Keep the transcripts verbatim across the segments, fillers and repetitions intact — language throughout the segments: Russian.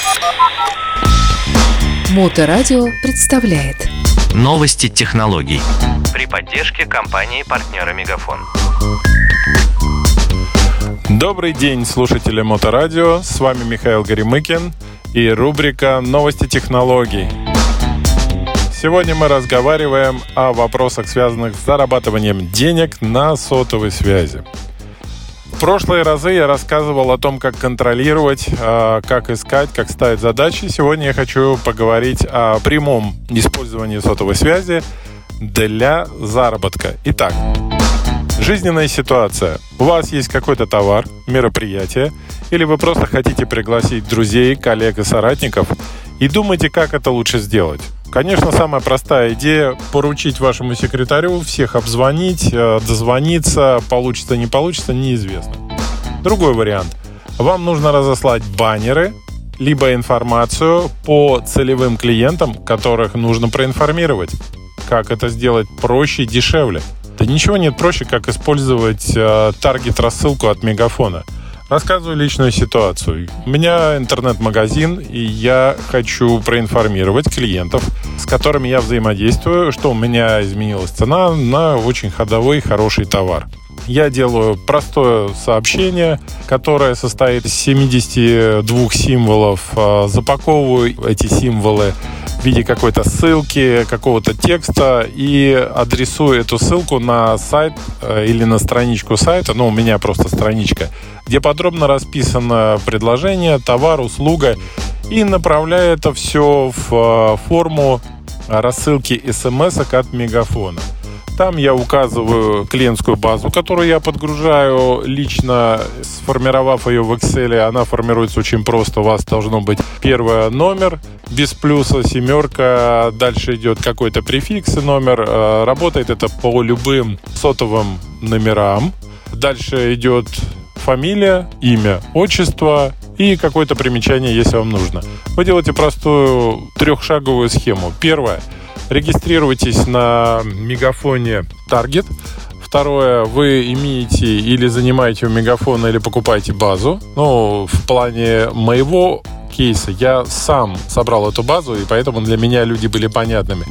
Моторадио представляет новости технологий при поддержке компании-партнера Мегафон. Добрый день, слушатели Моторадио. С вами Михаил Горемыкин и рубрика «Новости технологий». Сегодня мы разговариваем о вопросах, связанных с зарабатыванием денег на сотовой связи. В прошлые разы я рассказывал о том, как контролировать, как искать, как ставить задачи. Сегодня я хочу поговорить о прямом использовании сотовой связи для заработка. Итак, жизненная ситуация. У вас есть какой-то товар, мероприятие, или вы просто хотите пригласить друзей, коллег и соратников и думаете, как это лучше сделать. Конечно, самая простая идея – поручить вашему секретарю, всех обзвонить, дозвониться, получится, не получится, неизвестно. Другой вариант. Вам нужно разослать баннеры, либо информацию по целевым клиентам, которых нужно проинформировать. Как это сделать проще и дешевле? Да ничего нет проще, как использовать э, таргет-рассылку от Мегафона. Рассказываю личную ситуацию. У меня интернет-магазин, и я хочу проинформировать клиентов, с которыми я взаимодействую, что у меня изменилась цена на очень ходовой и хороший товар. Я делаю простое сообщение, которое состоит из семидесяти двух символов. Запаковываю эти символы в виде какой-то ссылки, какого-то текста и адресую эту ссылку на сайт или на страничку сайта, ну, у меня просто страничка, где подробно расписано предложение, товар, услуга, и направляю это все в форму рассылки смс-ок от Мегафона. Там я указываю клиентскую базу, которую я подгружаю лично, сформировав ее в Excel. Она формируется очень просто. У вас должно быть первый номер без плюса, семерка, дальше идет какой-то префикс и номер. Работает это по любым сотовым номерам. Дальше идет фамилия, имя, отчество и какое-то примечание, если вам нужно. Вы делаете простую трехшаговую схему. Первое. Регистрируйтесь на Мегафоне Target. Второе, вы имеете или занимаете у Мегафона, или покупаете базу. Ну, в плане моего кейса я сам собрал эту базу, и поэтому для меня люди были понятными.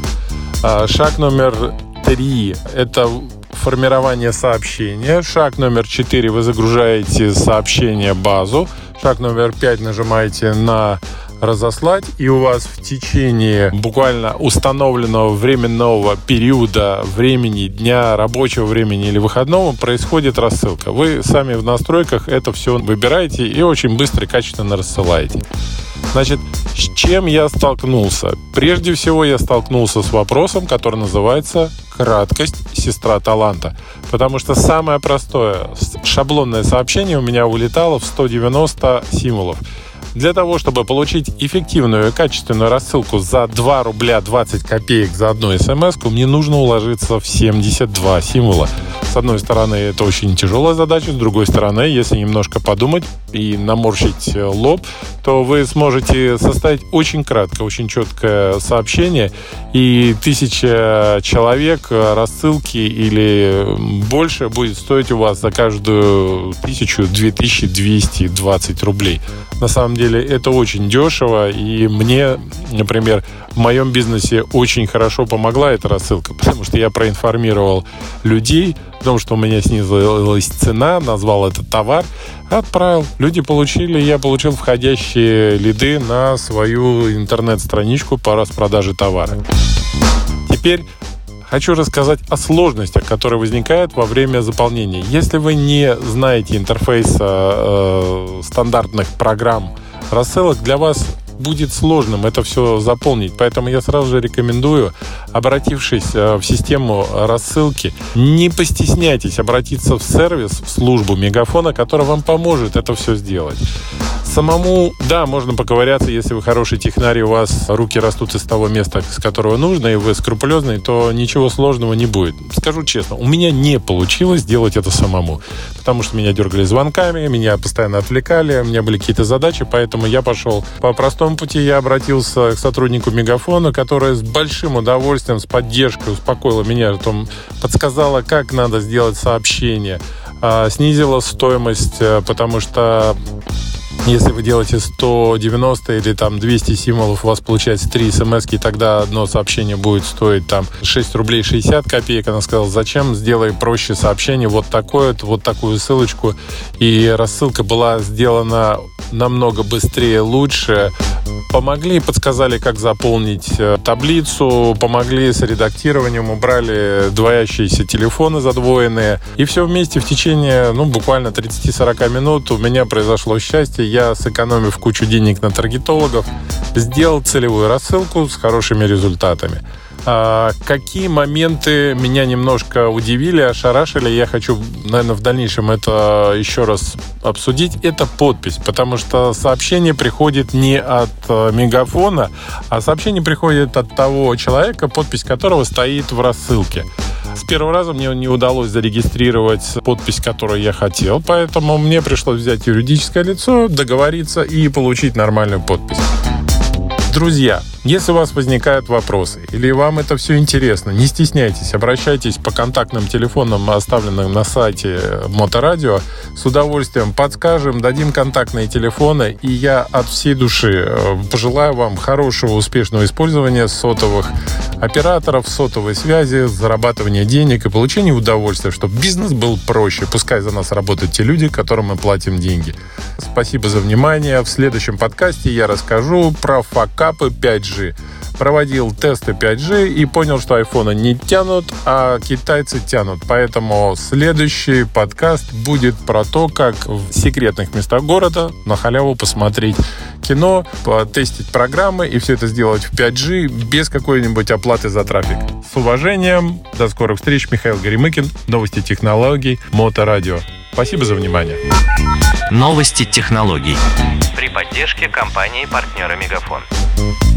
Шаг номер три – это формирование сообщения. Шаг номер четыре – вы загружаете сообщение в базу. Шаг номер пять – нажимаете на разослать, и у вас в течение буквально установленного временного периода времени, дня, рабочего времени или выходного происходит рассылка. Вы сами в настройках это все выбираете и очень быстро и качественно рассылаете. Значит, с чем я столкнулся? Прежде всего, я столкнулся с вопросом, который называется «краткость – сестра таланта». Потому что самое простое шаблонное сообщение у меня улетало в сто девяносто символов. Для того, чтобы получить эффективную и качественную рассылку за два рубля двадцать копеек за одну смс-ку, мне нужно уложиться в семьдесят два символа. С одной стороны, это очень тяжелая задача, с другой стороны, если немножко подумать и наморщить лоб, то вы сможете составить очень краткое, очень четкое сообщение, и тысяча человек рассылки или больше будет стоить у вас за каждую тысячу две тысячи двести двадцать рублей. На самом деле это очень дешево, и мне, например, в моем бизнесе очень хорошо помогла эта рассылка, потому что я проинформировал людей о том, что у меня снизилась цена, назвал этот товар, отправил. Люди получили, я получил входящие лиды на свою интернет-страничку по распродаже товара. Теперь хочу рассказать о сложностях, которые возникают во время заполнения. Если вы не знаете интерфейса э, стандартных программ рассылок, для вас будет сложным это все заполнить. Поэтому я сразу же рекомендую, обратившись в систему рассылки, не постесняйтесь обратиться в сервис, в службу Мегафона, которая вам поможет это все сделать. Самому, да, можно поковыряться, если вы хороший технарь, у вас руки растут из того места, с которого нужно, и вы скрупулезный, то ничего сложного не будет. Скажу честно, у меня не получилось сделать это самому, потому что меня дергали звонками, меня постоянно отвлекали, у меня были какие-то задачи, поэтому я пошел по простому пути, я обратился к сотруднику Мегафона, которая с большим удовольствием, с поддержкой успокоила меня, потом подсказала, как надо сделать сообщение, снизила стоимость, потому что Если вы делаете сто девяносто или там двести символов, у вас получается три смс-ки, и тогда одно сообщение будет стоить там шесть рублей шестьдесят копеек. Она сказала, зачем, сделай проще сообщение, вот такое, вот такую ссылочку. И рассылка была сделана намного быстрее, лучше. Помогли, подсказали, как заполнить таблицу, помогли с редактированием, убрали двоящиеся телефоны задвоенные. И все вместе в течение, ну, буквально тридцать-сорок минут у меня произошло счастье. Я, сэкономив кучу денег на таргетологов, сделал целевую рассылку с хорошими результатами. А какие моменты меня немножко удивили, ошарашили, я хочу, наверное, в дальнейшем это еще раз обсудить, это подпись, потому что сообщение приходит не от Мегафона, а сообщение приходит от того человека, подпись которого стоит в рассылке. С первого раза мне не удалось зарегистрировать подпись, которую я хотел, поэтому мне пришлось взять юридическое лицо, договориться и получить нормальную подпись. Друзья, если у вас возникают вопросы или вам это все интересно, не стесняйтесь, обращайтесь по контактным телефонам, оставленным на сайте Моторадио. С удовольствием подскажем, дадим контактные телефоны, и я от всей души пожелаю вам хорошего, успешного использования сотовых операторов, сотовой связи, зарабатывания денег и получения удовольствия, чтобы бизнес был проще. Пускай за нас работают те люди, которым мы платим деньги. Спасибо за внимание. В следующем подкасте я расскажу про факапы пять джи. Проводил тесты пять джи и понял, что айфоны не тянут, а китайцы тянут. Поэтому следующий подкаст будет про то, как в секретных местах города на халяву посмотреть кино, потестить программы и все это сделать в пять джи без какой-нибудь оплаты за трафик. С уважением, до скорых встреч. Михаил Горемыкин, новости технологий, Моторадио. Спасибо за внимание. Новости технологий при поддержке компании-партнера Мегафон.